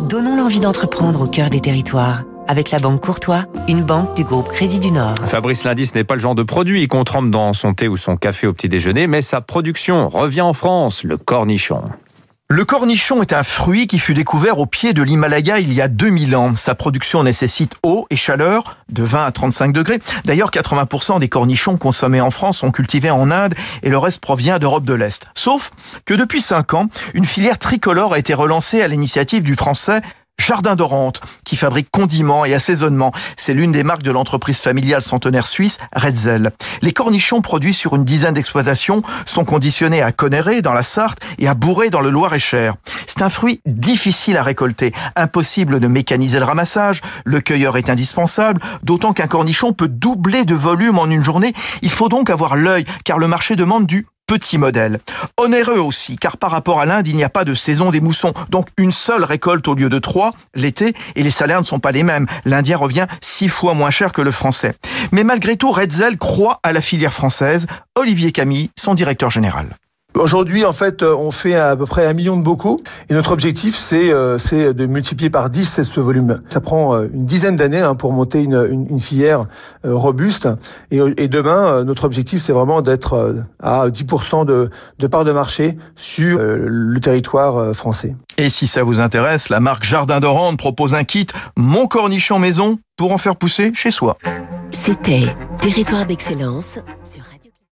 Donnons l'envie d'entreprendre au cœur des territoires. Avec la Banque Courtois, une banque du groupe Crédit du Nord. Fabrice Lundy, ce n'est pas le genre de produit qu'on trempe dans son thé ou son café au petit déjeuner, mais sa production revient en France, le cornichon. Le cornichon est un fruit qui fut découvert au pied de l'Himalaya il y a 2000 ans. Sa production nécessite eau et chaleur de 20 à 35 degrés. D'ailleurs, 80% des cornichons consommés en France sont cultivés en Inde et le reste provient d'Europe de l'Est. Sauf que depuis 5 ans, une filière tricolore a été relancée à l'initiative du français Jardin d'Orantes, qui fabrique condiments et assaisonnements. C'est l'une des marques de l'entreprise familiale centenaire suisse Retzel. Les cornichons produits sur une dizaine d'exploitations sont conditionnés à Conneré dans la Sarthe et à Bourré dans le Loir-et-Cher. C'est un fruit difficile à récolter, impossible de mécaniser le ramassage, le cueilleur est indispensable, d'autant qu'un cornichon peut doubler de volume en une journée. Il faut donc avoir l'œil, car le marché demande du petit modèle. Onéreux aussi, car par rapport à l'Inde, il n'y a pas de saison des moussons. Donc une seule récolte au lieu de 3 l'été, et les salaires ne sont pas les mêmes. L'Indien revient 6 fois moins cher que le Français. Mais malgré tout, Retzel croit à la filière française. Olivier Camille, son directeur général. Aujourd'hui, en fait, on fait à peu près 1 million de bocaux. Et notre objectif, c'est de multiplier par 10 ce volume. Ça prend une dizaine d'années pour monter une filière robuste. Et demain, notre objectif, c'est vraiment d'être à 10% de part de marché sur le territoire français. Et si ça vous intéresse, la marque Jardin d'Orantes propose un kit Mon Cornichon Maison pour en faire pousser chez soi. C'était Territoire d'Excellence sur